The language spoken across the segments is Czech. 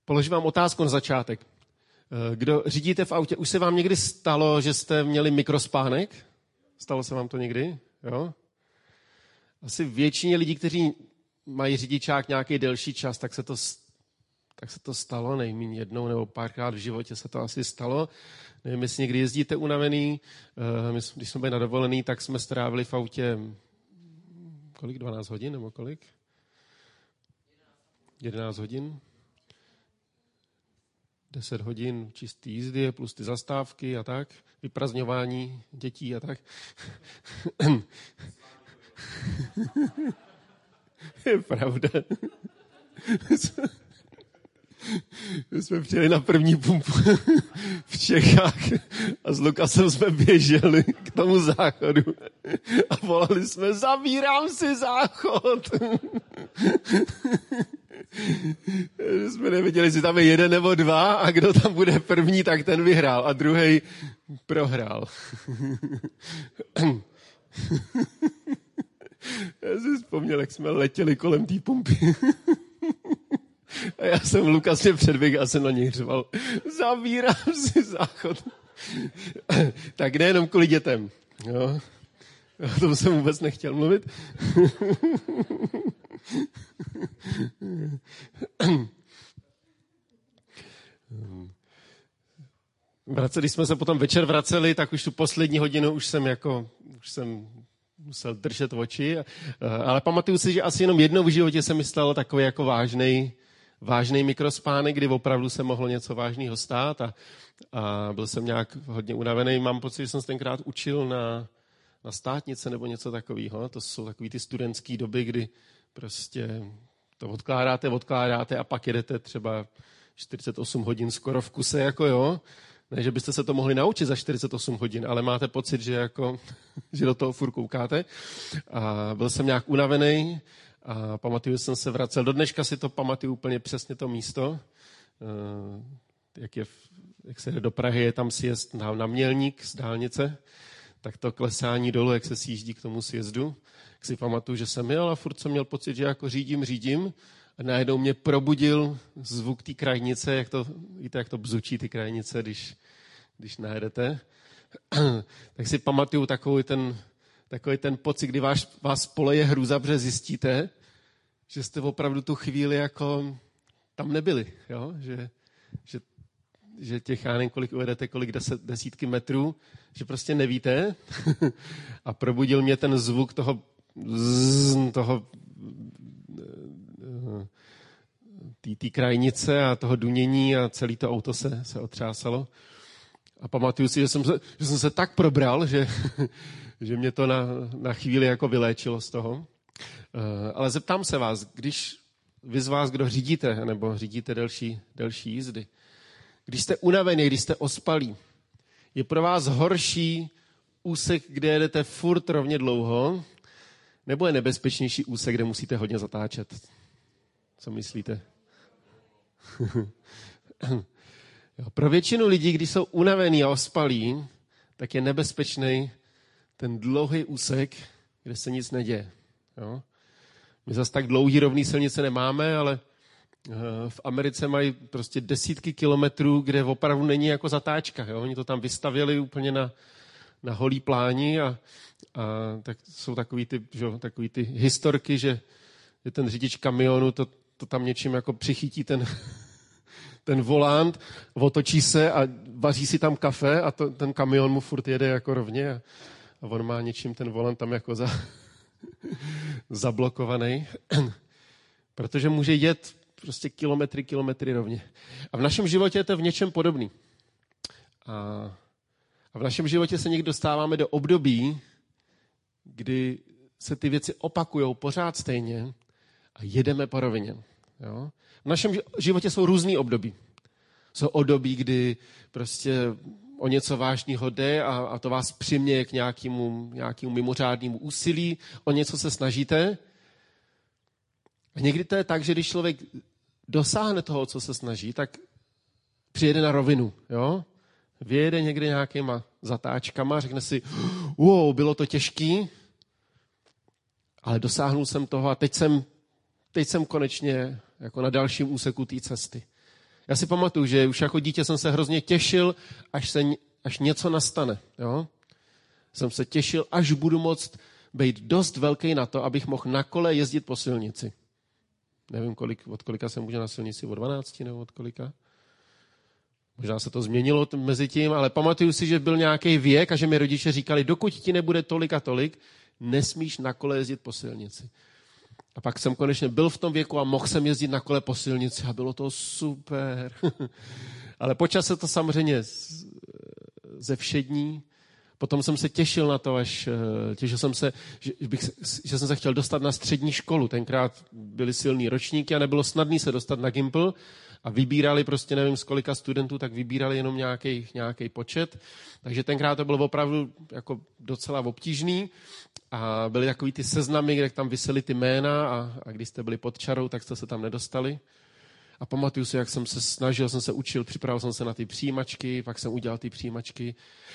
Položím vám otázku na začátek. Kdo řídíte v autě, už se vám někdy stalo, že jste měli mikrospánek? Stalo se vám to někdy? Jo? Asi většině lidí, kteří mají řidičák nějaký delší čas, tak se to stalo, nejméně jednou nebo párkrát v životě se to asi stalo. Nevím, jestli někdy jezdíte unavený. Když jsme byli na dovolený, tak jsme strávili v autě 12 hodin nebo kolik? 11 hodin. 10 hodin čistý jízdy plus ty zastávky a tak. Vyprazňování dětí a tak. Je pravda. My jsme přijeli na první pumpu v Čechách a s Lukasem jsme běželi k tomu záchodu a volali jsme: zavírám si záchod. Jsme nevěděli, jestli tam je jeden nebo dva a kdo tam bude první, tak ten vyhrál a druhej prohrál. Já si vzpomněl, jak jsme letěli kolem té pumpy. A já jsem Lukasně předběhl a jsem na něj řval: zavírám si záchod. Tak nejenom kvůli dětem. Jo. O tom jsem vůbec nechtěl mluvit. Když jsme se potom večer vraceli, tak už tu poslední hodinu už jsem musel držet oči. Ale pamatuju si, že asi jenom jednou v životě se mi stalo takový jako vážnej mikrospánek, kdy opravdu se mohlo něco vážného stát a byl jsem nějak hodně unavený. Mám pocit, že jsem se tenkrát učil na státnice nebo něco takového. To jsou takový ty studentské doby, kdy prostě to odkládáte a pak jedete třeba 48 hodin skoro v kuse, jako jo. Ne, že byste se to mohli naučit za 48 hodin, ale máte pocit, že do toho furt koukáte. A byl jsem nějak unavený a pamatuju, že jsem se vracel. Do dneška si to pamatuju úplně přesně to místo. Jak se jde do Prahy, je tam sjezd na Mělník z dálnice, tak to klesání dolů, jak se sjíždí k tomu sjezdu. Jak si pamatuju, že jsem jel a furt jsem měl pocit, že jako řídím a najednou mě probudil zvuk té krajnice, víte, jak to bzučí ty krajnice, když najedete. Tak si pamatuju takový ten pocit, kdy vás poleje hrůza, protože zjistíte, že jste opravdu tu chvíli jako tam nebyli, jo? Že těch, já nevím, kolik uvedete, kolik desítky metrů, že prostě nevíte. A probudil mě ten zvuk toho té krajnice a toho dunění a celé to auto se otřásalo. A pamatuju si, že jsem se tak probral, že mě to na chvíli jako vyléčilo z toho. Ale zeptám se vás, když vy z vás, kdo řídíte, nebo řídíte delší jízdy, když jste unavený, když jste ospalí, je pro vás horší úsek, kde jedete furt rovně dlouho, nebo je nebezpečnější úsek, kde musíte hodně zatáčet? Co myslíte? Pro většinu lidí, když jsou unavený a ospalí, tak je nebezpečný ten dlouhý úsek, kde se nic neděje. Jo? My zase tak dlouhý rovný silnice nemáme, ale v Americe mají prostě desítky kilometrů, kde opravdu není jako zatáčka. Jo? Oni to tam vystavěli úplně na holý pláni a tak jsou takový ty historky, že ten řidič kamionu to tam něčím jako přichytí ten volant, otočí se a vaří si tam kafe a ten kamion mu furt jede jako rovně a on má něčím ten volant tam jako zablokovaný, protože může jet prostě kilometry rovně. A v našem životě je to v něčem podobný. A v našem životě se někdy dostáváme do období, kdy se ty věci opakujou pořád stejně a jedeme po rovině. Jo? V našem životě jsou různý období. Jsou období, kdy prostě o něco vážného jde a to vás přiměje k nějakému mimořádnému úsilí, o něco se snažíte. A někdy to je tak, že když člověk dosáhne toho, co se snaží, tak přijede na rovinu. Jo? Vyjede někde nějakýma zatáčkama, řekne si, bylo to těžký, ale dosáhnul jsem toho a teď jsem konečně jako na dalším úseku té cesty. Já si pamatuju, že už jako dítě jsem se hrozně těšil, až něco nastane. Jo? Jsem se těšil, až budu moct být dost velký na to, abych mohl na kole jezdit po silnici. Nevím, od kolika jsem může na silnici, od 12 nebo od kolika. Možná se to změnilo mezi tím, ale pamatuju si, že byl nějaký věk a že mi rodiče říkali, dokud ti nebude tolik a tolik, nesmíš na kole jezdit po silnici. A pak jsem konečně byl v tom věku a mohl jsem jezdit na kole po silnici a bylo to super. Ale po čase to samozřejmě zevšední. Potom jsem se těšil na to, těšil jsem se, že jsem se chtěl dostat na střední školu. Tenkrát byly silný ročníky a nebylo snadné se dostat na Gimpl a vybírali prostě, nevím z kolika studentů, tak vybírali jenom nějaký počet. Takže tenkrát to bylo opravdu jako docela obtížný a byly takový ty seznamy, kde tam visely ty jména a když jste byli pod čarou, tak jste se tam nedostali. A pamatuju si, jak jsem se snažil, jsem se učil, připravil jsem se na ty přijímačky, pak jsem udělal ty přijímačky.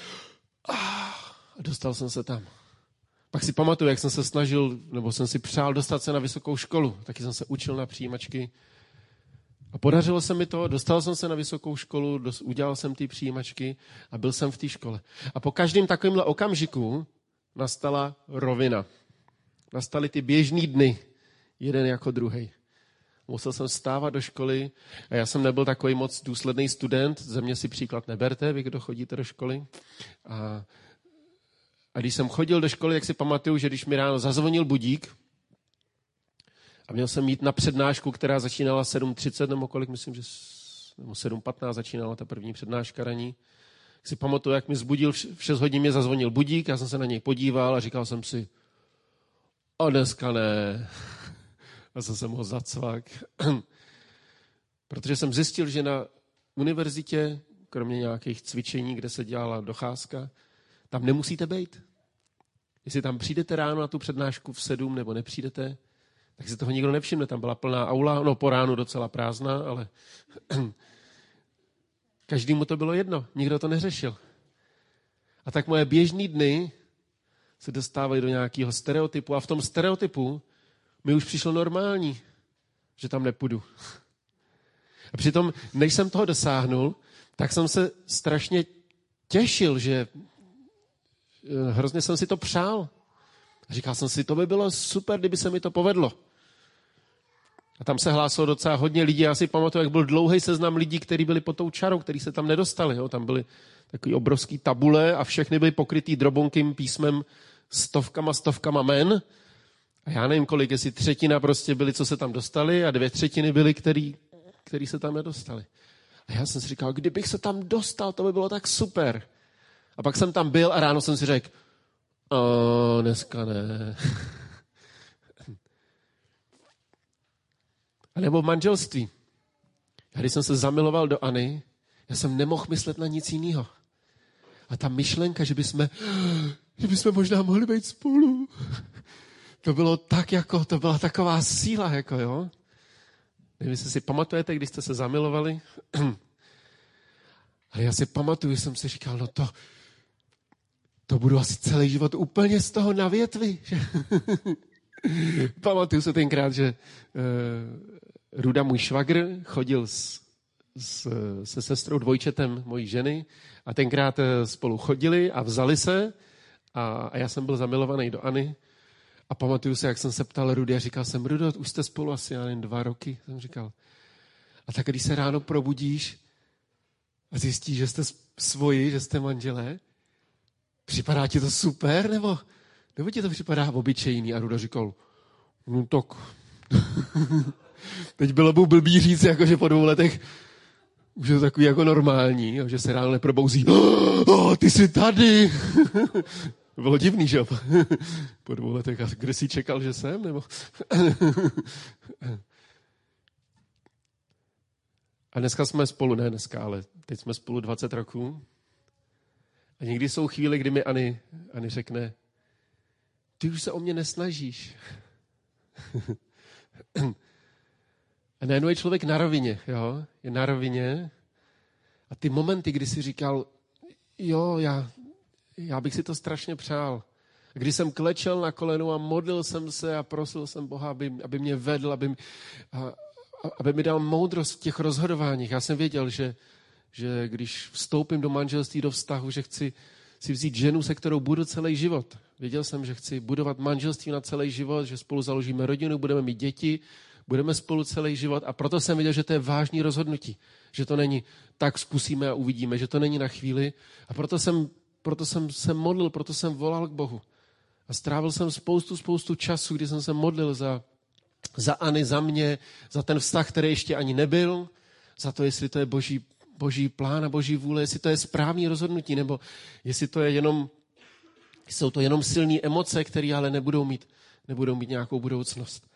A dostal jsem se tam. Pak si pamatuju, jak jsem se snažil, nebo jsem si přál dostat se na vysokou školu. Taky jsem se učil na přijímačky. A podařilo se mi to, dostal jsem se na vysokou školu, udělal jsem ty přijímačky a byl jsem v té škole. A po každém takovémhle okamžiku nastala rovina. Nastaly ty běžný dny, jeden jako druhý. Musel jsem vstávat do školy a já jsem nebyl takový moc důsledný student, ze mě si příklad neberte, vy, kdo chodíte do školy. A když jsem chodil do školy, tak si pamatuju, že když mi ráno zazvonil budík a měl jsem jít na přednášku, která začínala 7:30 nebo kolik, myslím, že 7:15 začínala ta první přednáška ranní. Tak si pamatuju, jak mi zbudil, v 6 hodin mě zazvonil budík, já jsem se na něj podíval a říkal jsem si, a dneska ne. A jsem ho zacvak. Protože jsem zjistil, že na univerzitě, kromě nějakých cvičení, kde se dělala docházka, tam nemusíte být. Jestli tam přijdete ráno na tu přednášku v 7 nebo nepřijdete, tak si toho nikdo nevšimne. Tam byla plná aula, no po ránu docela prázdná, ale každému to bylo jedno. Nikdo to neřešil. A tak moje běžný dny se dostávaly do nějakého stereotypu a v tom stereotypu mi už přišlo normální, že tam nepůjdu. A přitom, než jsem toho dosáhnul, tak jsem se strašně těšil, že hrozně jsem si to přál. A říkal jsem si, to by bylo super, kdyby se mi to povedlo. A tam se hlásilo docela hodně lidí. Já si pamatuju, jak byl dlouhý seznam lidí, kteří byli pod tou čarou, kteří se tam nedostali. Jo? Tam byly takový obrovský tabule a všechny byly pokrytý drobonkým písmem stovkama jmen. A já nevím kolik, jestli třetina prostě byli, co se tam dostali a 2/3 byli, který se tam nedostali. A já jsem si říkal, kdybych se tam dostal, to by bylo tak super. A pak jsem tam byl a ráno jsem si řekl, dneska ne. A nebo v manželství. A když jsem se zamiloval do Anny, já jsem nemohl myslet na nic jiného. A ta myšlenka, že bychom možná mohli být spolu, to bylo tak jako, to byla taková síla, jako jo. Nevím, jestli si pamatujete, když jste se zamilovali. Ale já si pamatuju, jsem si říkal, no to budu asi celý život úplně z toho na větvi. Pamatuju se tenkrát, že Ruda, můj švagr, chodil se sestrou dvojčetem mojí ženy a tenkrát spolu chodili a vzali se a já jsem byl zamilovaný do Anny. A pamatuju se, jak jsem se ptal Rudy a říkal jsem, Rudo, už jste spolu asi, já nevím, 2 roky, jsem říkal. A tak když se ráno probudíš a zjistíš, že jste svoji, že jste manželé, připadá ti to super, nebo ti to připadá obyčejný? A Ruda říkal, no tak. Teď bylo by blbý říct, jako, že po 2 letech už je to takový jako normální, že se ráno neprobouzí, ty jsi tady. To bylo divný, že jo? Po 2 letech. A kde jsi čekal, že jsem? Nebo... A dneska jsme spolu, ne dneska, ale teď jsme spolu 20 roků. A někdy jsou chvíle, kdy mi Anny řekne, ty už se o mě nesnažíš. A najednou je člověk na rovině, jo? Je na rovině. A ty momenty, kdy si říkal, jo, já bych si to strašně přál. A když jsem klečel na kolenu a modlil jsem se a prosil jsem Boha, aby mě vedl, aby mi dal moudrost v těch rozhodováních. Já jsem věděl, že když vstoupím do manželství, do vztahu, že chci si vzít ženu, se kterou budu celý život. Věděl jsem, že chci budovat manželství na celý život, že spolu založíme rodinu, budeme mít děti, budeme spolu celý život a proto jsem věděl, že to je vážný rozhodnutí. Že to není tak zkusíme a uvidíme, že to není na chvíli. A proto jsem se modlil, proto jsem volal k Bohu. A strávil jsem spoustu času, kdy jsem se modlil za Ani, za mě, za ten vztah, který ještě ani nebyl, za to, jestli to je boží plán a boží vůle, jestli to je správný rozhodnutí, nebo jestli to je jsou to jenom silné emoce, které ale nebudou mít nějakou budoucnost.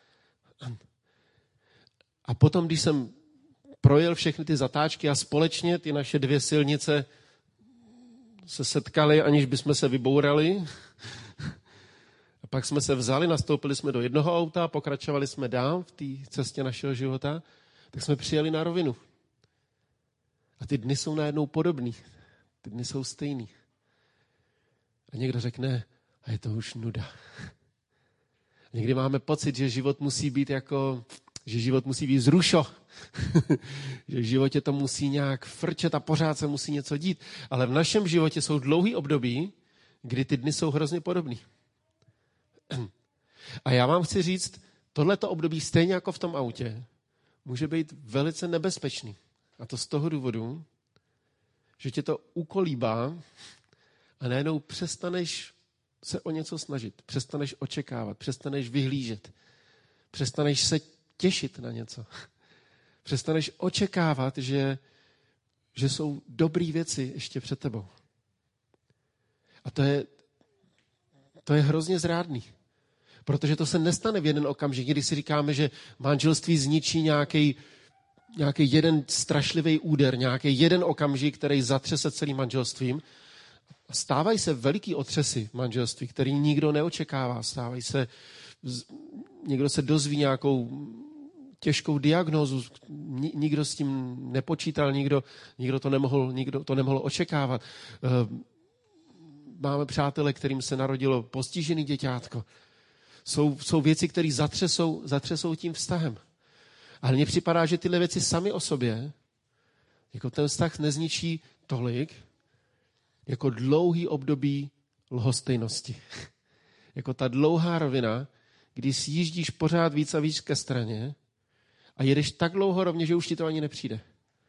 A potom, když jsem projel všechny ty zatáčky a společně ty naše dvě silnice se setkaly, aniž bychom se vybourali, a pak jsme se vzali, nastoupili jsme do jednoho auta, pokračovali jsme dál v té cestě našeho života, tak jsme přijeli na rovinu. A ty dny jsou najednou podobný. Ty dny jsou stejný. A někdo řekne, a je to už nuda. A někdy máme pocit, že život musí být zrušo. Že v životě to musí nějak frčet a pořád se musí něco dít. Ale v našem životě jsou dlouhý období, kdy ty dny jsou hrozně podobný. A já vám chci říct, tohleto období stejně jako v tom autě může být velice nebezpečný. A to z toho důvodu, že tě to ukolíbá a najednou přestaneš se o něco snažit, přestaneš očekávat, přestaneš vyhlížet, přestaneš se těšit na něco. Přestaneš očekávat, že jsou dobré věci ještě před tebou. A to je hrozně zrádný. Protože to se nestane v jeden okamžik, kdy si říkáme, že manželství zničí nějaký jeden strašlivý úder, nějaký jeden okamžik, který zatřese celým manželstvím. Stávají se veliký otřesy v manželství, který nikdo neočekává. Někdo se dozví nějakou těžkou diagnózu, nikdo s tím nepočítal, nikdo to nemohl očekávat. Máme přátele, kterým se narodilo postižený děťátko. Jsou věci, které zatřesou tím vztahem. Ale mně připadá, že tyhle věci sami o sobě, jako ten vztah nezničí tolik, jako dlouhý období lhostejnosti. Jako ta dlouhá rovina, kdy sjíždíš pořád víc a víc ke straně a jedeš tak dlouho rovně, že už ti to ani nepřijde.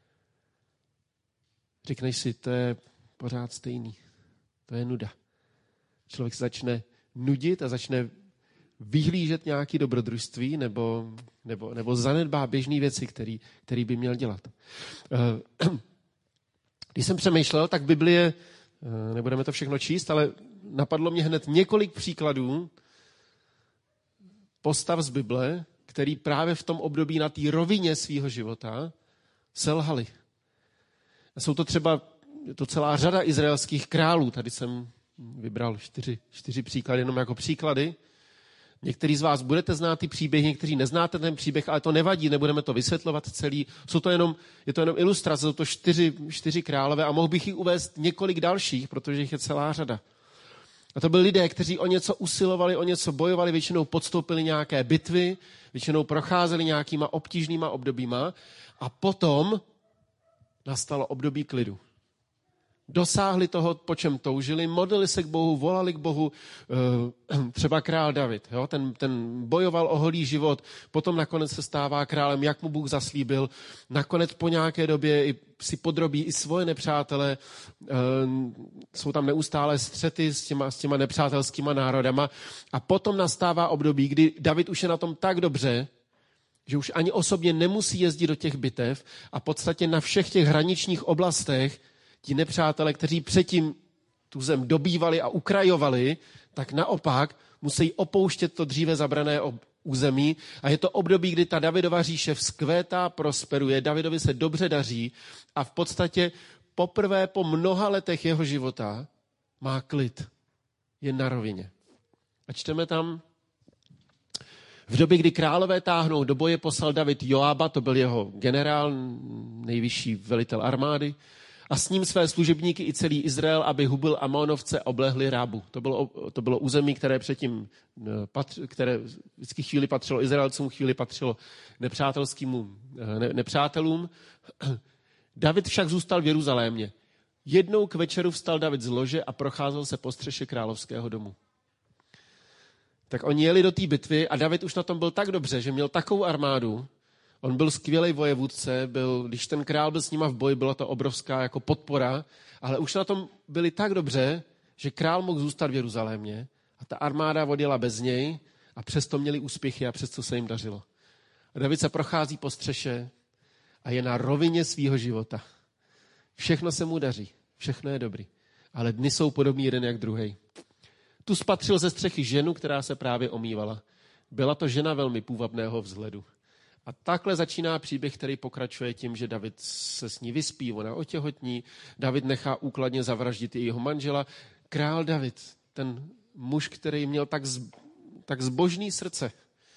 Řekneš si, to je pořád stejný. To je nuda. Člověk se začne nudit a začne vyhlížet nějaké dobrodružství nebo zanedbá běžné věci, který by měl dělat. Když jsem přemýšlel, tak Biblie, nebudeme to všechno číst, ale napadlo mě hned několik příkladů postav z Bible, který právě v tom období na té rovině svého života selhali. A jsou to třeba celá řada izraelských králů. Tady jsem vybral čtyři příklady, jenom jako příklady. Někteří z vás budete znát ty příběhy, někteří neznáte ten příběh, ale to nevadí, nebudeme to vysvětlovat celý. Je to jenom ilustrace, jsou to čtyři králové a mohl bych jich uvést několik dalších, protože jich je celá řada. A to byli lidé, kteří o něco usilovali, o něco bojovali, většinou podstoupili nějaké bitvy, většinou procházeli nějakýma obtížnýma obdobíma a potom nastalo období klidu. Dosáhli toho, po čem toužili, modlili se k Bohu, volali k Bohu, třeba král David. Jo? Ten bojoval o holý život, potom nakonec se stává králem, jak mu Bůh zaslíbil. Nakonec po nějaké době si podrobí i svoje nepřátele. Jsou tam neustálé střety s těma nepřátelskýma národama. A potom nastává období, kdy David už je na tom tak dobře, že už ani osobně nemusí jezdit do těch bitev a v podstatě na všech těch hraničních oblastech ti nepřátelé, kteří předtím tu zem dobývali a ukrajovali, tak naopak musí opouštět to dříve zabrané území. A je to období, kdy ta Davidova říše vzkvétá, prosperuje, Davidovi se dobře daří a v podstatě poprvé po mnoha letech jeho života má klid. Je na rovině. A čteme tam, v době, kdy králové táhnou do boje, poslal David Joába, to byl jeho generál, nejvyšší velitel armády, a s ním své služebníky i celý Izrael, aby hubil Amonovce, oblehli Rábu. To bylo území, které předtím které vždycky chvíli patřilo Izraelcům, chvíli patřilo nepřátelům. David však zůstal v Jeruzalémě. Jednou k večeru vstal David z lože a procházel se po střeše královského domu. Tak oni jeli do té bitvy a David už na tom byl tak dobře, že měl takovou armádu. On byl skvělý vojevůdce, když ten král byl s nima v boji, byla to obrovská jako podpora, ale už na tom byli tak dobře, že král mohl zůstat v Jeruzalémě a ta armáda odjela bez něj a přesto měli úspěchy a přesto se jim dařilo. A David se prochází po střeše a je na rovině svýho života. Všechno se mu daří, všechno je dobrý, ale dny jsou podobný jeden jak druhej. Tu spatřil ze střechy ženu, která se právě omývala. Byla to žena velmi půvabného vzhledu. A takhle začíná příběh, který pokračuje tím, že David se s ní vyspí, ona otěhotní, David nechá úkladně zavraždit jejího manžela. Král David, ten muž, který měl tak zbožný srdce,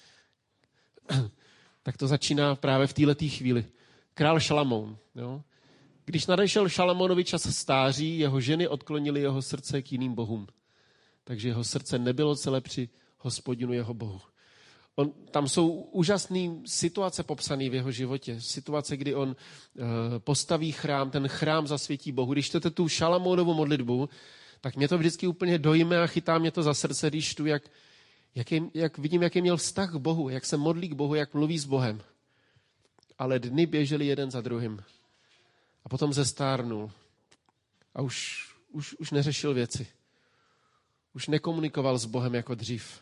tak to začíná právě v této chvíli. Král Šalamoun. Jo? Když nadešel Šalamonovi čas stáří, jeho ženy odklonily jeho srdce k jiným bohům. Takže jeho srdce nebylo celé při Hospodinu jeho bohu. Tam jsou úžasné situace popsané v jeho životě. Situace, kdy on postaví chrám, ten chrám zasvětí Bohu. Když čtete tu Šalamounovu modlitbu, tak mě to vždycky úplně dojme a chytá mě to za srdce, když tu, jak vidím, jaký měl vztah k Bohu, jak se modlí k Bohu, jak mluví s Bohem. Ale dny běžely jeden za druhým. A potom zestárnul. A už neřešil věci. Už nekomunikoval s Bohem jako dřív.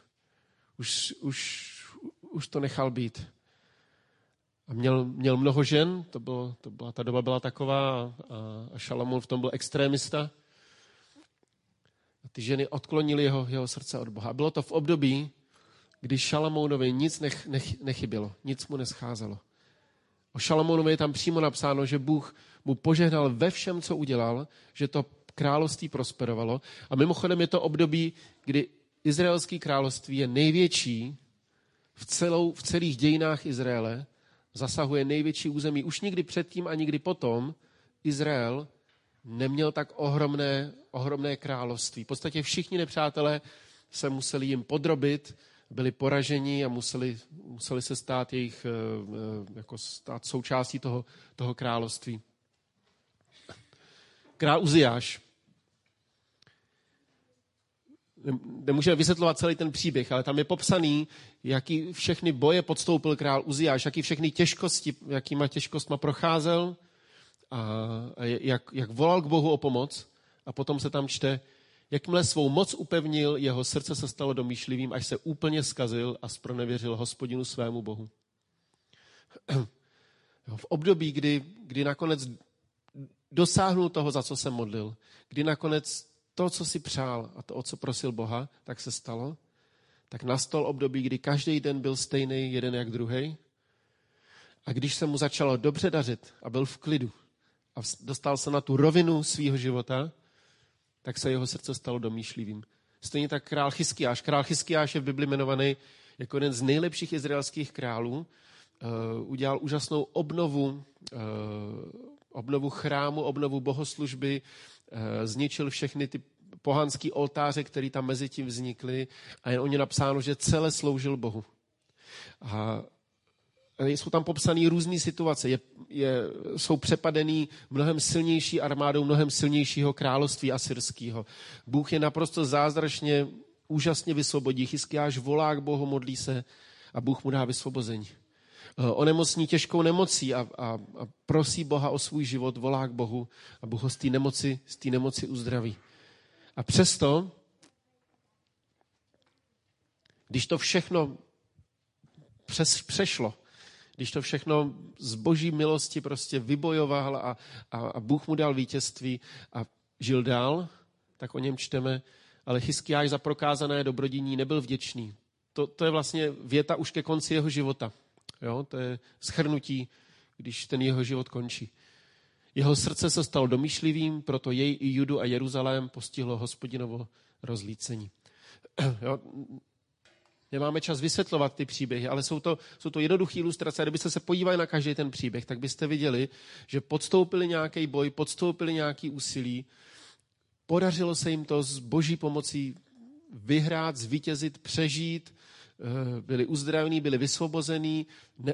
Už to nechal být. A měl mnoho žen, ta doba byla taková a Šalamoun v tom byl extrémista. A ty ženy odklonily jeho srdce od Boha. A bylo to v období, kdy Šalamounovi nic nechybělo, nic mu nescházelo. O Šalamounovi je tam přímo napsáno, že Bůh mu požehnal ve všem, co udělal, že to království prosperovalo. A mimochodem je to období, kdy izraelské království je největší v celých dějinách Izraele, zasahuje největší území. Už nikdy předtím a nikdy potom Izrael neměl tak ohromné království. V podstatě všichni nepřátelé se museli jim podrobit, byli poraženi a museli se stát stát součástí toho království. Král Uziáš. Nemůžeme vysvětlovat celý ten příběh, ale tam je popsaný, jaký všechny boje podstoupil král Uziáš, jaký všechny těžkosti, jakýma těžkostma procházel a jak volal k Bohu o pomoc. A potom se tam čte, jakmile svou moc upevnil, jeho srdce se stalo domýšlivým, až se úplně zkazil a zpronevěřil Hospodinu svému Bohu. V období, kdy nakonec dosáhnul toho, za co se modlil, kdy nakonec to, co si přál a to, o co prosil Boha, tak se stalo, tak nastal období, kdy každý den byl stejný jeden jak druhej. A když se mu začalo dobře dařit a byl v klidu a dostal se na tu rovinu svýho života, tak se jeho srdce stalo domýšlivým. Stejně tak král Chiskiáš. Král Chiskiáš je v Bibli jmenovaný jako jeden z nejlepších izraelských králů. Udělal úžasnou obnovu chrámu, obnovu bohoslužby, zničil všechny ty pohanský oltáře, které tam mezi tím vznikly a jen o ně napsáno, že celé sloužil Bohu. A jsou tam popsané různé situace. Jsou přepadený mnohem silnější armádou, mnohem silnějšího království asyrského. Bůh je naprosto zázračně, úžasně vysvobodí. Chiskiáš volá k Bohu, modlí se a Bůh mu dá vysvobození. Onemocní těžkou nemocí a prosí Boha o svůj život, volá k Bohu a Bůh ho z té nemoci uzdraví. A přesto, když to všechno přešlo, když to všechno z boží milosti prostě vybojoval a Bůh mu dal vítězství a žil dál, tak o něm čteme, ale Chiskiáš za prokázané dobrodiní nebyl vděčný. To je vlastně věta už ke konci jeho života. Jo, to je shrnutí, když ten jeho život končí. Jeho srdce se stalo domýšlivým, proto jej i Judu a Jeruzalém postihlo Hospodinovo rozlícení. Jo. Nemáme čas vysvětlovat ty příběhy, ale jsou to jednoduché ilustrace. A kdybyste se podívali na každý ten příběh, tak byste viděli, že podstoupili nějaký boj, podstoupili nějaký úsilí, podařilo se jim to s boží pomocí vyhrát, zvítězit, přežít, byli uzdravení, byli vysvobození,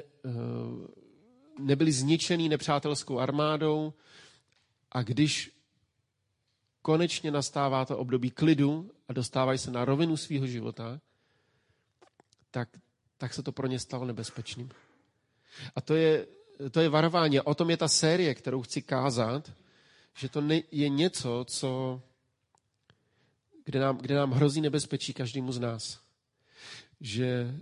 nebyli zničený nepřátelskou armádou. A když konečně nastává to období klidu a dostávají se na rovinu svého života, tak se to pro ně stalo nebezpečným. A to je varování. A o tom je ta série, kterou chci kázat, že to je něco, kde nám hrozí nebezpečí každému z nás. Že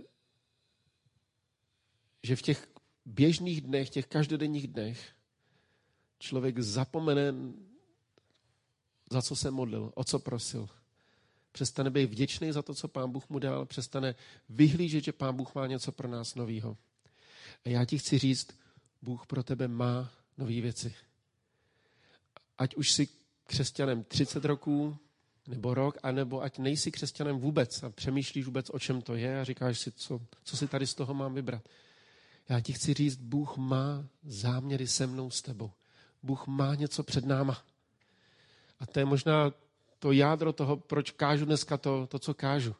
v těch běžných dnech, těch každodenních dnech člověk zapomene, za co se modlil, o co prosil. Přestane být vděčný za to, co Pán Bůh mu dal, přestane vyhlížet, že Pán Bůh má něco pro nás novýho. A já ti chci říct, Bůh pro tebe má nové věci. Ať už jsi křesťanem 30 roků, nebo rok, anebo ať nejsi křesťanem vůbec a přemýšlíš vůbec, o čem to je a říkáš si, co si tady z toho mám vybrat. Já ti chci říct, Bůh má záměry se mnou, s tebou. Bůh má něco před náma. A to je možná to jádro toho, proč kážu dneska to co kážu.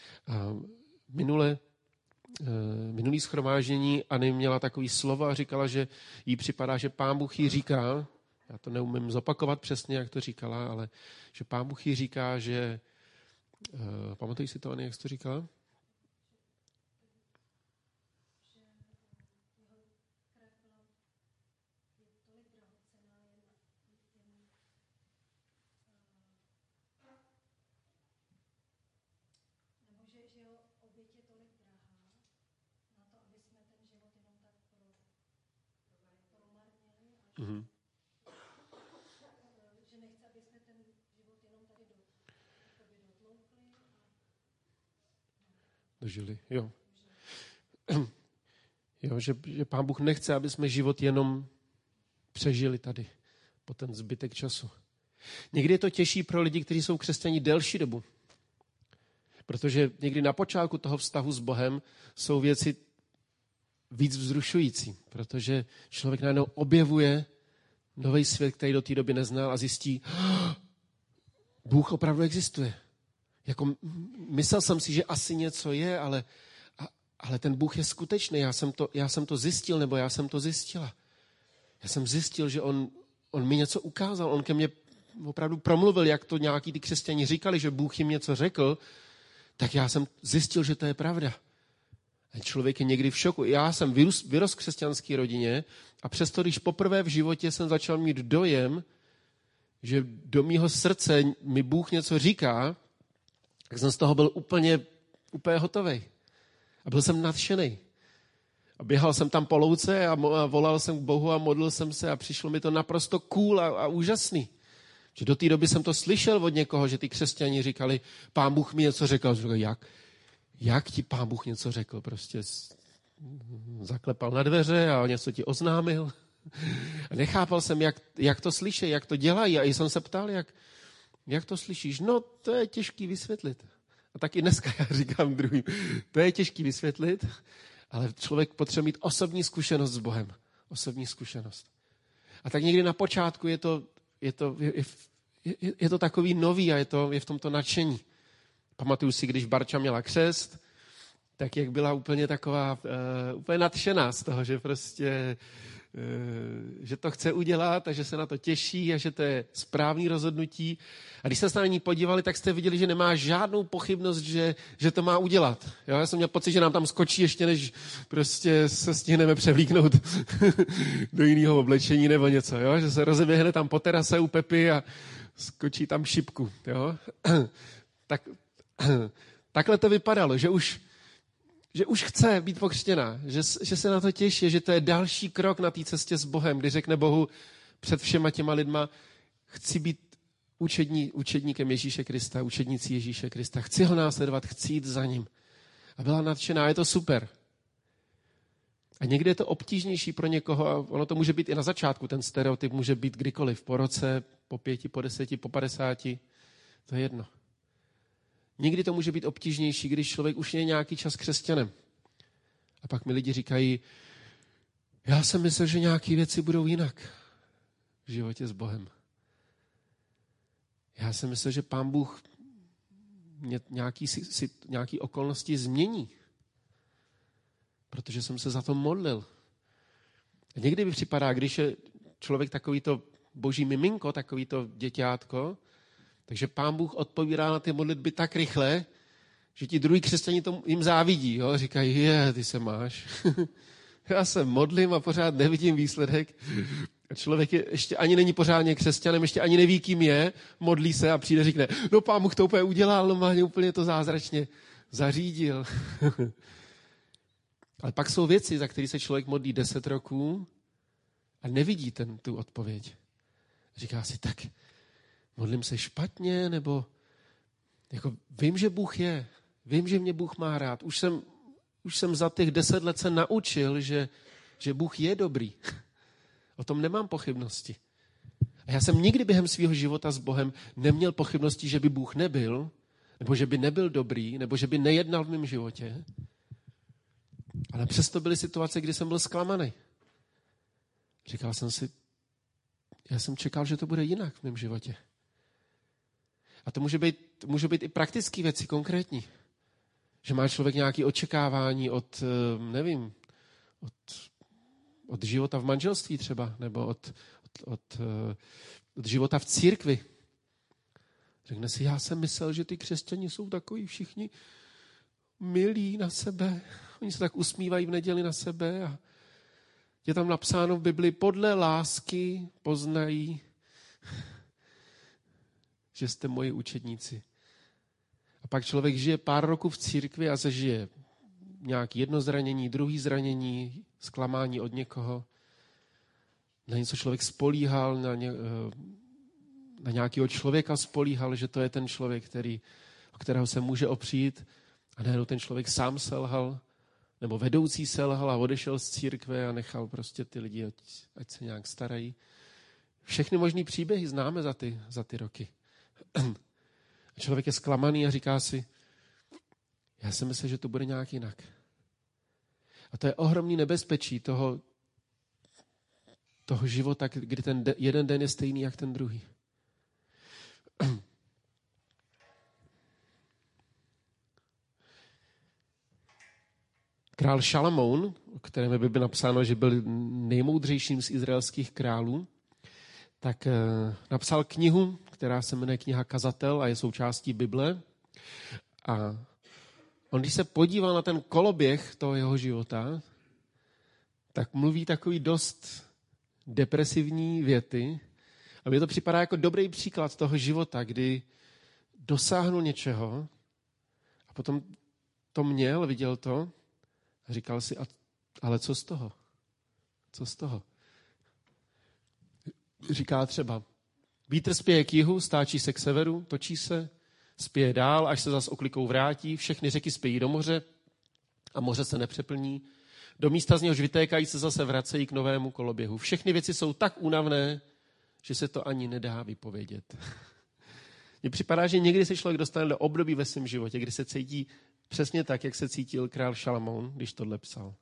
Minulý shromáždění Anny měla takový slovo a říkala, že jí připadá, že Pán Bůh jí říká, já to neumím zopakovat přesně, jak to říkala, ale že Pán Bůh jí říká, že pamatuješ si to, Anny, jak jsi to říkala? Mm-hmm. Dožili, jo. Jo, že Pán Bůh nechce, aby jsme život jenom přežili tady po ten zbytek času. Někdy je to těžší pro lidi, kteří jsou křesťaní delší dobu. Protože někdy na počátku toho vztahu s Bohem jsou věci víc vzrušující, protože člověk najednou objevuje nový svět, který do té doby neznal a zjistí, Bůh opravdu existuje. Jako myslel jsem si, že asi něco je, ale ten Bůh je skutečný. Já jsem to zjistil, nebo já jsem to zjistila. Já jsem zjistil, že on mi něco ukázal, on ke mně opravdu promluvil, jak to nějaký ty křesťani říkali, že Bůh jim něco řekl, tak já jsem zjistil, že to je pravda. A člověk je někdy v šoku. Já jsem vyrost v křesťanské rodině a přesto, když poprvé v životě jsem začal mít dojem, že do mýho srdce mi Bůh něco říká, tak jsem z toho byl úplně hotovej. A byl jsem nadšenej. A běhal jsem tam po louce a volal jsem k Bohu a modlil jsem se a přišlo mi to naprosto cool a úžasný. Že do té doby jsem to slyšel od někoho, že ty křesťani říkali, Pán Bůh mi něco řekl. Říkal, jak ti Pán Bůh něco řekl? Prostě zaklepal na dveře a něco ti oznámil. A nechápal jsem, jak to slyší, jak to dělají. A jsem se ptal, jak to slyšíš? No, to je těžký vysvětlit. A taky dneska já říkám druhým, to je těžký vysvětlit, ale člověk potřebuje mít osobní zkušenost s Bohem. Osobní zkušenost. A tak někdy na počátku je to takový nový a je v tomto nadšení. Pamatuju si, když Barča měla křest, tak jak byla úplně taková, úplně nadšená z toho, že prostě, že to chce udělat a že se na to těší a že to je správný rozhodnutí. A když se na ní podívali, tak jste viděli, že nemá žádnou pochybnost, že to má udělat. Jo? Já jsem měl pocit, že nám tam skočí ještě, než prostě se stihneme převlíknout do jiného oblečení nebo něco. Jo? Že se rozeběhne tam po terase u Pepy a skočí tam šipku. Jo? Takhle to vypadalo, že už chce být pokřtěná, že se na to těší, že to je další krok na té cestě s Bohem, kdy řekne Bohu před všema těma lidma, chci být učedníkem Ježíše Krista, učednicí Ježíše Krista, chci ho následovat, chci jít za ním. A byla nadšená, je to super. A někdy je to obtížnější pro někoho a ono to může být i na začátku, ten stereotyp může být kdykoliv, po roce, po 5, po 10, po 50, to je jedno. Někdy to může být obtížnější, když člověk už je nějaký čas křesťanem. A pak mi lidi říkají, já jsem myslel, že nějaké věci budou jinak v životě s Bohem. Já jsem myslel, že Pán Bůh mě nějaký okolnosti změní. Protože jsem se za to modlil. A někdy mi připadá, když je člověk takovýto boží miminko, takovýto děťátko, takže Pán Bůh odpovídá na ty modlitby tak rychle, že ti druhý křesťané jim závidí. Jo? Říkají, ty se máš. Já se modlím a pořád nevidím výsledek. A člověk ještě ani není pořádně křesťanem, ještě ani neví, kým je, modlí se a přijde a řekne, no Pán Bůh to úplně udělal, normálně úplně to zázračně zařídil. Ale pak jsou věci, za které se člověk modlí 10 roků a nevidí tu odpověď. Říká si, tak modlím se špatně, nebo jako vím, že Bůh je, vím, že mě Bůh má rád. Už jsem za těch 10 let se naučil, že Bůh je dobrý. O tom nemám pochybnosti. A já jsem nikdy během svého života s Bohem neměl pochybnosti, že by Bůh nebyl, nebo že by nebyl dobrý, nebo že by nejednal v mém životě. Ale přesto byly situace, kdy jsem byl zklamaný. Říkal jsem si, já jsem čekal, že to bude jinak v mém životě. A to může být i praktické věci, konkrétní. Že má člověk nějaké očekávání od života v manželství třeba, nebo od života v církvi. Řekne si, já jsem myslel, že ty křesťani jsou takový všichni milí na sebe. Oni se tak usmívají v neděli na sebe a je tam napsáno v Bibli, podle lásky poznají, že jste moji učedníci. A pak člověk žije pár roků v církvi a zažije nějaké jedno zranění, druhé zranění, zklamání od někoho. Na něco člověk spolíhal, na nějakého člověka spolíhal, že to je ten člověk, o kterého se může opřít. A najednou ten člověk sám selhal, nebo vedoucí selhal a odešel z církve a nechal prostě ty lidi, ať se nějak starají. Všechny možný příběhy známe za ty roky. A člověk je zklamaný a říká si, já jsem myslel, že to bude nějak jinak. A to je ohromný nebezpečí toho života, kdy ten jeden den je stejný, jak ten druhý. Král Šalamoun, o kterém by bylo napsáno, že byl nejmoudřejším z izraelských králů, tak napsal knihu, která se jmenuje Kniha Kazatel a je součástí Bible. A on, když se podíval na ten koloběh toho jeho života, tak mluví takový dost depresivní věty. A mně to připadá jako dobrý příklad toho života, kdy dosáhnul něčeho a potom to měl, viděl to a říkal si, ale co z toho? Co z toho? Říká třeba, vítr spěje k jihu, stáčí se k severu, točí se, spěje dál, až se zas oklikou vrátí, všechny řeky spějí do moře a moře se nepřeplní. Do místa z něhož vytékají se zase vracejí k novému koloběhu. Všechny věci jsou tak únavné, že se to ani nedá vypovědět. Mně připadá, že někdy se člověk dostane do období ve svém životě, kdy se cítí přesně tak, jak se cítil král Šalamoun, když tohle psal.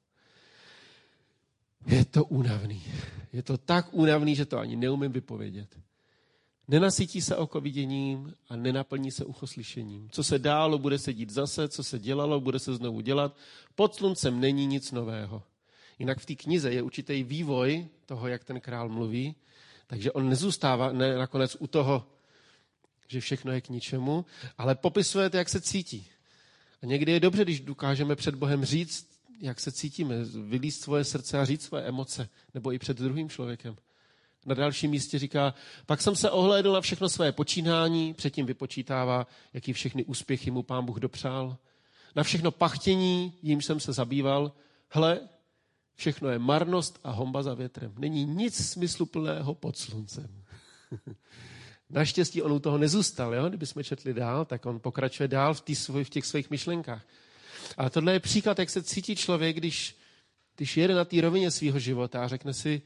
Je to únavný. Je to tak únavný, že to ani neumím vypovědět. Nenasytí se oko viděním a nenaplní se ucho slyšením. Co se dálo, bude se dít zase, co se dělalo, bude se znovu dělat. Pod sluncem není nic nového. Jinak v té knize je určitý vývoj toho, jak ten král mluví, takže on nezůstává nakonec u toho, že všechno je k ničemu, ale popisuje to, jak se cítí. A někdy je dobře, když dokážeme před Bohem říct, jak se cítíme, vylíst svoje srdce a říct svoje emoce, nebo i před druhým člověkem. Na dalším místě říká, pak jsem se ohlédl na všechno své počínání, předtím vypočítává, jaký všechny úspěchy mu Pán Bůh dopřál. Na všechno pachtění, jímž jsem se zabýval. Hle, všechno je marnost a honba za větrem. Není nic smysluplného pod sluncem. Naštěstí on u toho nezůstal, jo? Kdybychom četli dál, tak on pokračuje dál v těch svých myšlenkách. Ale tohle je příklad, jak se cítí člověk, když jede na té rovině svého života a řekne si,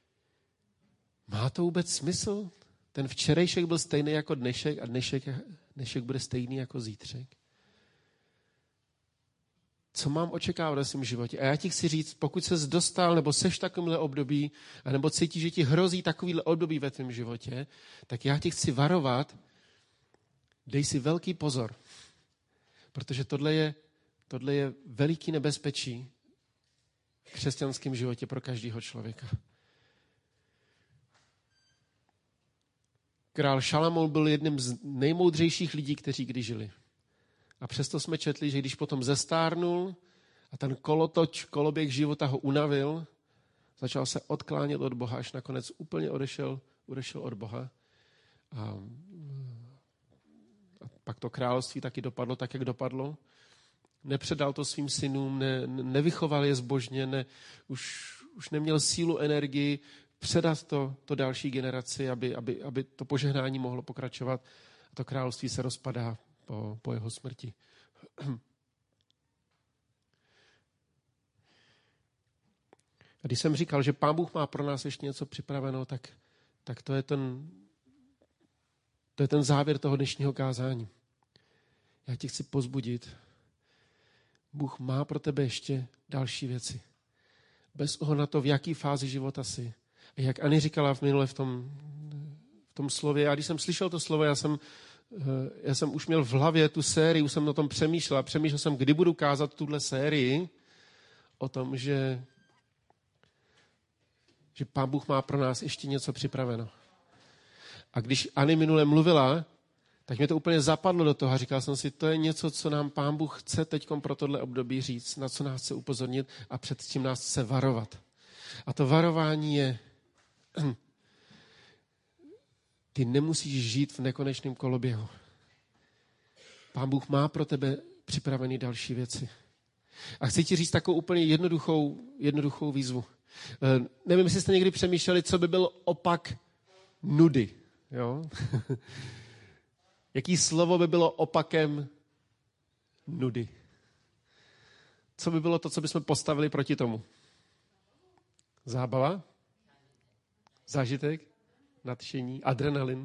má to vůbec smysl? Ten včerejšek byl stejný jako dnešek a dnešek dnešek bude stejný jako zítřek. Co mám očekávat ve svém životě? A já ti chci říct, pokud ses dostal, nebo seš v takovémhle období, anebo cítíš, že ti hrozí takovýhle období ve tvém životě, tak já ti chci varovat, dej si velký pozor. Protože tohle je veliký nebezpečí v křesťanském životě pro každého člověka. Král Šalamoun byl jedním z nejmoudřejších lidí, kteří kdy žili. A přesto jsme četli, že když potom zestárnul a ten koloběh života ho unavil, začal se odklánět od Boha, až nakonec úplně odešel od Boha. A pak to království taky dopadlo tak, jak dopadlo. Nepředal to svým synům, nevychoval je zbožně, už neměl sílu, energii předat to další generaci, aby to požehnání mohlo pokračovat. A to království se rozpadá po jeho smrti. A když jsem říkal, že Pán Bůh má pro nás ještě něco připraveno, tak to je ten závěr toho dnešního kázání. Já tě chci povzbudit. Bůh má pro tebe ještě další věci. Bez ohledu na to, v jaký fázi života jsi. A jak Ani říkala minule v tom slově, a když jsem slyšel to slovo, já jsem už měl v hlavě tu sérii, už jsem o tom přemýšlel a přemýšlel jsem, kdy budu kázat tuhle sérii o tom, že Pán Bůh má pro nás ještě něco připraveno. A když Ani minule mluvila, tak mě to úplně zapadlo do toho a říkal jsem si, to je něco, co nám Pán Bůh chce teďkom pro tohle období říct, na co nás chce upozornit a před tím nás chce varovat. A to varování je, ty nemusíš žít v nekonečném koloběhu. Pán Bůh má pro tebe připravený další věci. A chci ti říct takovou úplně jednoduchou výzvu. Nevím, jestli jste někdy přemýšleli, co by byl opak nudy. Jo? Jaký slovo by bylo opakem nudy? Co by bylo to, co bychom postavili proti tomu? Zábava? Zážitek? Nadšení? Adrenalin?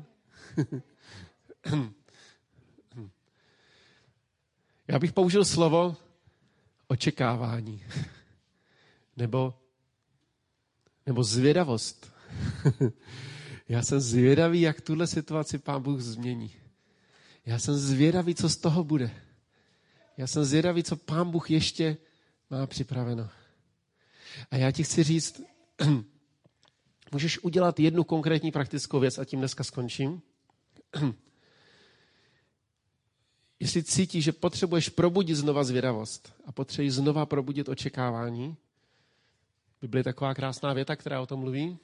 Já bych použil slovo očekávání. Nebo zvědavost. Já jsem zvědavý, jak tuhle situaci Pán Bůh změní. Já jsem zvědavý, co z toho bude. Já jsem zvědavý, co Pán Bůh ještě má připraveno. A já ti chci říct, můžeš udělat jednu konkrétní praktickou věc a tím dneska skončím. Jestli cítíš, že potřebuješ probudit znova zvědavost a potřebuješ znova probudit očekávání, Bible je taková krásná věta, která o tom mluví.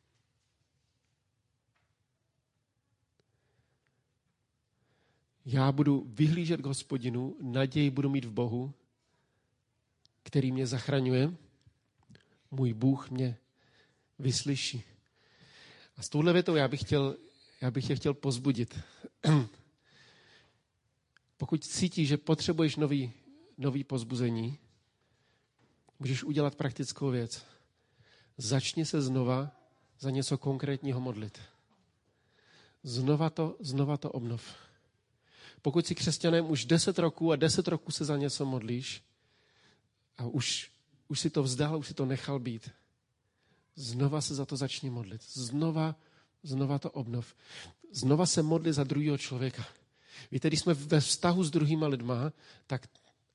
Já budu vyhlížet k Hospodinu, naději budu mít v Bohu, který mě zachraňuje. Můj Bůh mě vyslyší. A s touhle větou já bych tě chtěl pozbudit. Pokud cítíš, že potřebuješ nový pozbuzení, můžeš udělat praktickou věc. Začni se znova za něco konkrétního modlit. Znova to obnov. Pokud jsi křesťanem už 10 roků a 10 roků se za něco modlíš a už si to vzdal, už si to nechal být, znova se za to začni modlit. Znova to obnov. Znova se modli za druhého člověka. Víte, když jsme ve vztahu s druhýma lidma, tak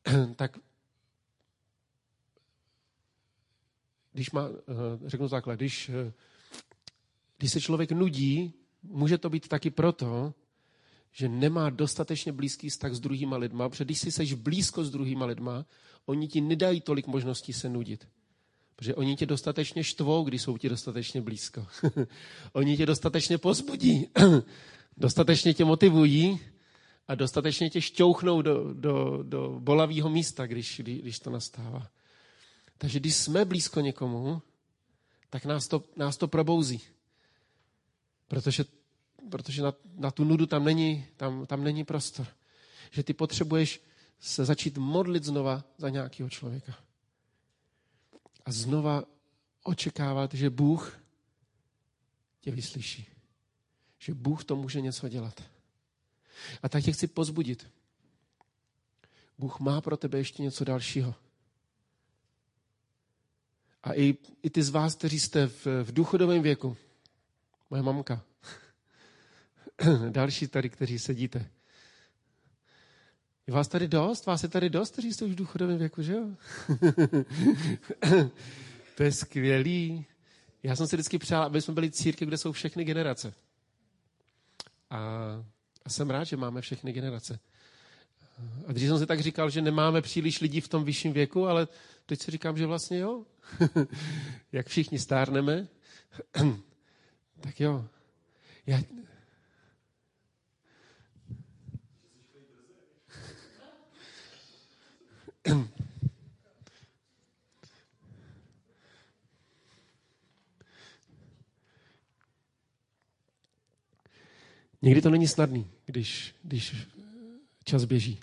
řeknu takhle, když se člověk nudí, může to být taky proto, že nemá dostatečně blízký vztah s druhýma lidma, protože když si seš blízko s druhýma lidma, oni ti nedají tolik možností se nudit. Protože oni tě dostatečně štvou, když jsou ti dostatečně blízko. Oni tě dostatečně povzbudí, dostatečně tě motivují a dostatečně tě šťouchnou do bolavého místa, když to nastává. Takže když jsme blízko někomu, tak nás to probouzí. Protože na tu nudu tam není prostor. Že ty potřebuješ se začít modlit znova za nějakého člověka. A znova očekávat, že Bůh tě vyslyší. Že Bůh to může něco dělat. A tak tě chci pozbudit. Bůh má pro tebe ještě něco dalšího. A i ty z vás, kteří jste v důchodovém věku, moje mamka, další tady, kteří sedíte. Je vás tady dost? Vás je tady dost, kteří jste už v důchodovém věku, že jo? To je skvělý. Já jsem si vždycky přál, aby jsme byli církev, kde jsou všechny generace. A jsem rád, že máme všechny generace. A když jsem si tak říkal, že nemáme příliš lidí v tom vyšším věku, ale teď si říkám, že vlastně jo. Jak všichni stárneme, tak jo. Někdy to není snadný, když čas běží.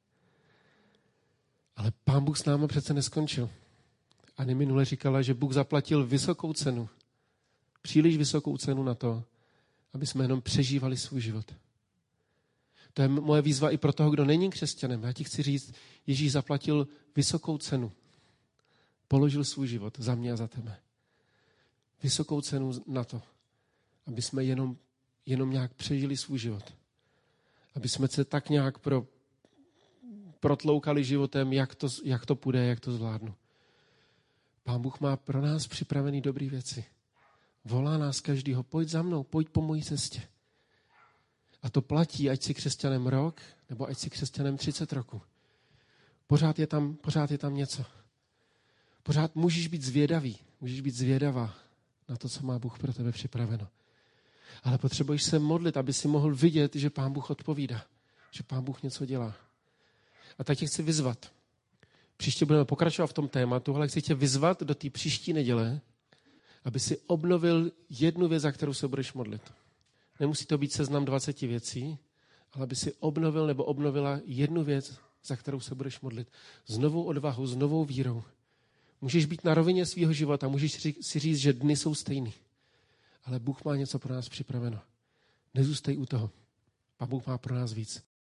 Ale Pán Bůh s námi přece neskončil. Ani minule říkala, že Bůh zaplatil vysokou cenu, příliš vysokou cenu na to, aby jsme jenom přežívali svůj život. To je moje výzva i pro toho, kdo není křesťanem. Já ti chci říct, Ježíš zaplatil vysokou cenu. Položil svůj život za mě a za tebe. Vysokou cenu na to, aby jsme jenom nějak přežili svůj život. Aby jsme se tak nějak protloukali životem, jak to půjde, jak to zvládnu. Pán Bůh má pro nás připravený dobré věci. Volá nás každýho, pojď za mnou, pojď po mojí cestě. A to platí, ať jsi křesťanem rok, nebo ať jsi křesťanem 30 roku. Pořád je tam něco. Pořád můžeš být zvědavý, můžeš být zvědavá na to, co má Bůh pro tebe připraveno. Ale potřebuješ se modlit, aby si mohl vidět, že Pán Bůh odpovídá, že Pán Bůh něco dělá. A tak tě chci vyzvat. Příště budeme pokračovat v tom tématu, ale chci tě vyzvat do té příští neděle, aby si obnovil jednu věc, za kterou se budeš modlit. Nemusí to být seznam 20 věcí, ale aby si obnovil nebo obnovila jednu věc, za kterou se budeš modlit. S novou odvahou, s novou vírou. Můžeš být na rovině svého života, můžeš si říct, že dny jsou stejný. Ale Bůh má něco pro nás připraveno. Nezůstej u toho. Pán Bůh má pro nás víc.